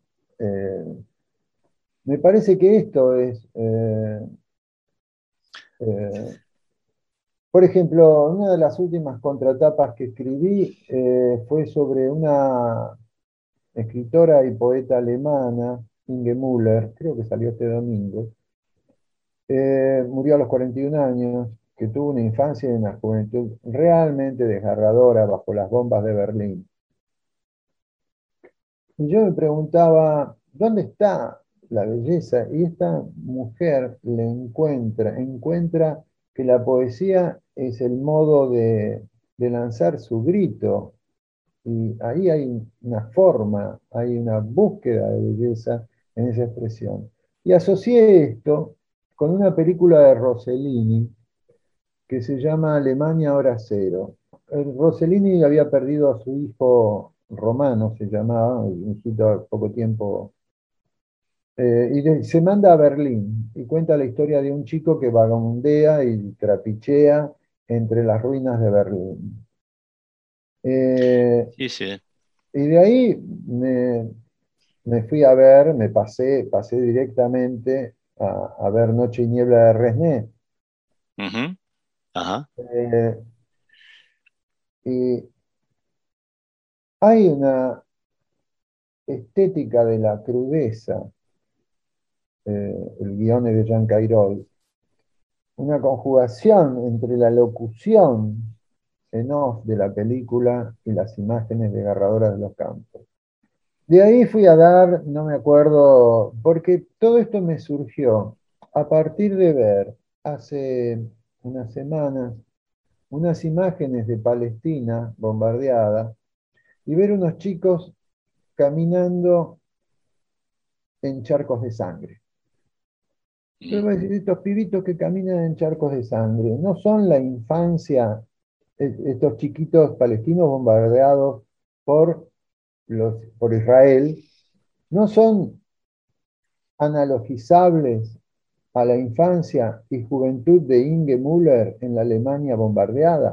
Me parece que esto es, eh, por ejemplo, una de las últimas contratapas que escribí fue sobre una escritora y poeta alemana, Inge Müller, creo que salió este domingo. Murió a los 41 años, que tuvo una infancia y una juventud realmente desgarradora bajo las bombas de Berlín. Y yo me preguntaba, ¿dónde está la belleza? Y esta mujer encuentra que la poesía es el modo de lanzar su grito, y ahí hay una forma, hay una búsqueda de belleza en esa expresión. Y asocié esto con una película de Rossellini que se llama Alemania Hora Cero. Rossellini había perdido a su hijo Romano, se llamaba, un hijito poco tiempo, se manda a Berlín y cuenta la historia de un chico que vagabundea y trapichea entre las ruinas de Berlín. Sí, sí. Y de ahí me fui a ver, pasé directamente a ver Noche y Niebla de Resné. Ujú. Ajá. Eh, y hay una estética de la crudeza, el guion es de Jean Cairol, una conjugación entre la locución en off de la película y las imágenes desgarradoras de los campos. De ahí fui a dar, no me acuerdo, porque todo esto me surgió a partir de ver hace unas semanas unas imágenes de Palestina bombardeada y ver unos chicos caminando en charcos de sangre. Yo voy a decir, estos pibitos que caminan en charcos de sangre, no son la infancia, estos chiquitos palestinos bombardeados por, por Israel, no son analogizables a la infancia y juventud de Inge Müller en la Alemania bombardeada.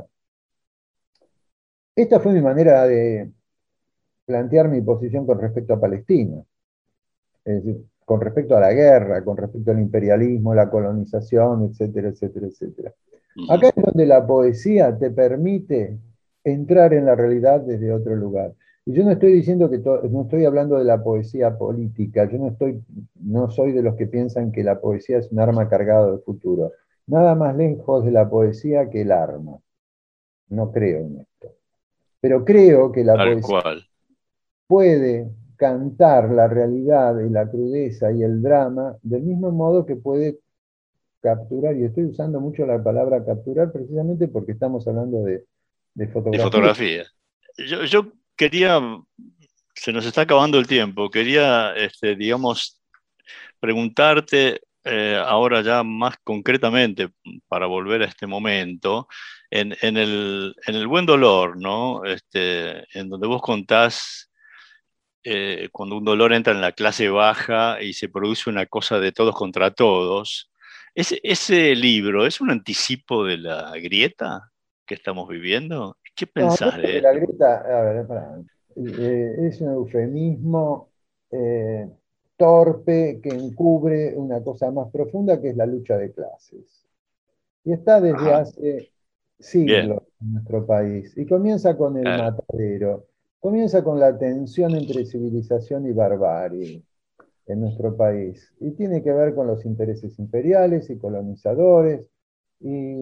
Esta fue mi manera de plantear mi posición con respecto a Palestina, es decir, con respecto a la guerra, con respecto al imperialismo, la colonización, etcétera, etcétera, etcétera. Acá es donde la poesía te permite entrar en la realidad desde otro lugar. Y yo no estoy diciendo que no estoy hablando de la poesía política, yo no soy de los que piensan que la poesía es un arma cargada del futuro. Nada más lejos de la poesía que el arma. No creo en esto. Pero creo que la Tal poesía cual. puede cantar la realidad y la crudeza y el drama del mismo modo que puede capturar, y estoy usando mucho la palabra capturar precisamente porque estamos hablando de De fotografía. fotografía. Yo quería, se nos está acabando el tiempo, quería, digamos, preguntarte ahora ya más concretamente, para volver a este momento, en el buen dolor, ¿no? En donde vos contás cuando un dolor entra en la clase baja y se produce una cosa de todos contra todos. ¿Ese libro es un anticipo de la grieta que estamos viviendo? ¿Qué No, yo pensás creo de que la esto? grieta, a ver, es un eufemismo eh, torpe que encubre una cosa más profunda que es la lucha de clases. Y está desde Ajá, hace bien, siglos en nuestro país. Y comienza con el claro. matadero, comienza con la tensión entre civilización y barbarie en nuestro país. Y tiene que ver con los intereses imperiales y colonizadores. Y,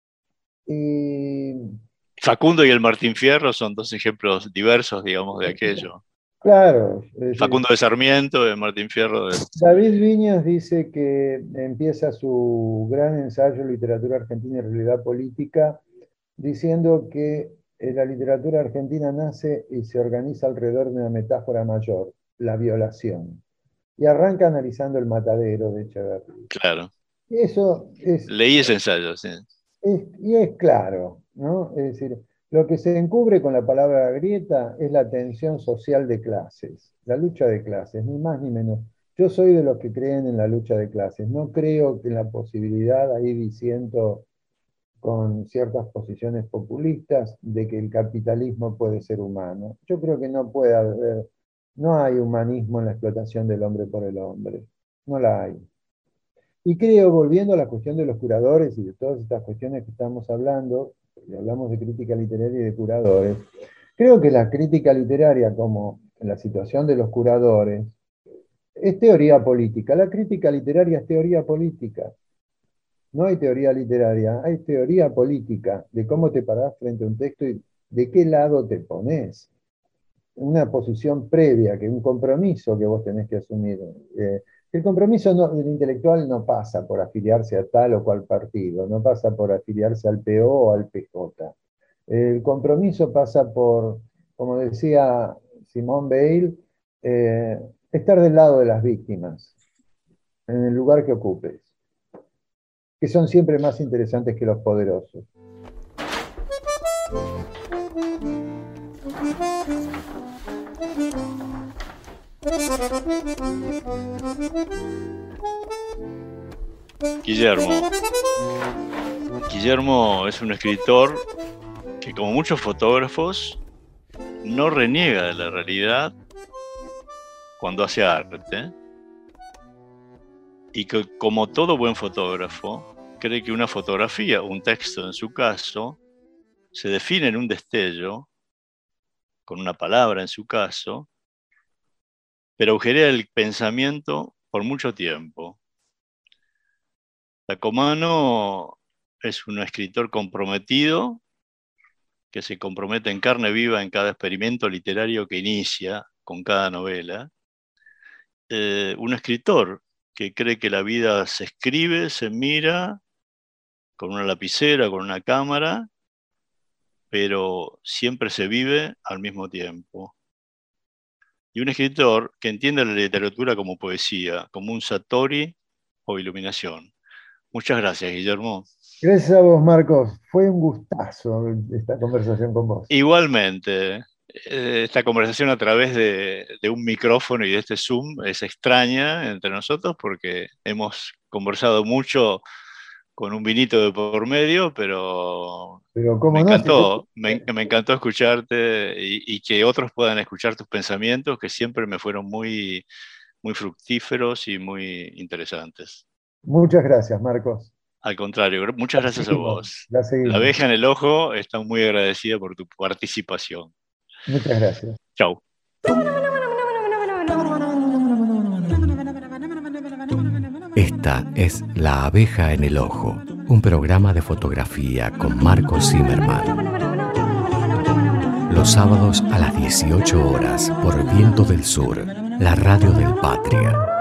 y Facundo y el Martín Fierro son dos ejemplos diversos, digamos, de aquello. claro, es decir, Facundo de Sarmiento, de Martín Fierro. David Viñas dice que empieza su gran ensayo Literatura Argentina y Realidad Política diciendo que la literatura argentina nace y se organiza alrededor de una metáfora mayor, la violación. Y arranca analizando el matadero de Echeverría. Claro. Y eso Leí ese ensayo, sí. y es claro, ¿no? Es decir, lo que se encubre con la palabra grieta es la tensión social de clases, la lucha de clases, ni más ni menos. Yo soy de los que creen en la lucha de clases, no creo que en la posibilidad, ahí diciendo con ciertas posiciones populistas, de que el capitalismo puede ser humano. Yo creo que no puede haber, no hay humanismo en la explotación del hombre por el hombre, no la hay. Y creo, volviendo a la cuestión de los curadores y de todas estas cuestiones que estamos hablando, y hablamos de crítica literaria y de curadores, creo que la crítica literaria, como en la situación de los curadores, es teoría política. La crítica literaria es teoría política. No hay teoría literaria, hay teoría política de cómo te parás frente a un texto y de qué lado te pones. Una posición previa, que un compromiso que vos tenés que asumir. El compromiso del intelectual no pasa por afiliarse a tal o cual partido, no pasa por afiliarse al PO o al PJ. El compromiso pasa por, como decía Simone Weil, estar del lado de las víctimas, en el lugar que ocupes, que son siempre más interesantes que los poderosos. Guillermo es un escritor que, como muchos fotógrafos, no reniega de la realidad cuando hace arte, y que, como todo buen fotógrafo, cree que una fotografía, un texto en su caso, se define en un destello, con una palabra en su caso, pero agujerea el pensamiento por mucho tiempo. Sacomano es un escritor comprometido, que se compromete en carne viva en cada experimento literario que inicia con cada novela. Un escritor que cree que la vida se escribe, se mira con una lapicera, con una cámara, pero siempre se vive al mismo tiempo. Y un escritor que entiende la literatura como poesía, como un satori o iluminación. Muchas gracias, Guillermo. Gracias a vos, Marcos. Fue un gustazo esta conversación con vos. Igualmente, esta conversación a través de un micrófono y de este Zoom es extraña entre nosotros porque hemos conversado mucho con un vinito de por medio, pero ¿cómo me no? encantó, me encantó escucharte y que otros puedan escuchar tus pensamientos, que siempre me fueron muy, muy fructíferos y muy interesantes. Muchas gracias, Marcos. Al contrario, muchas gracias a vos. La abeja en el ojo está muy agradecida por tu participación. Muchas gracias. Chau. Esta es La abeja en el ojo, un programa de fotografía con Marcos Zimmerman. Los sábados a las 18 horas por Viento del Sur, la radio del Patria.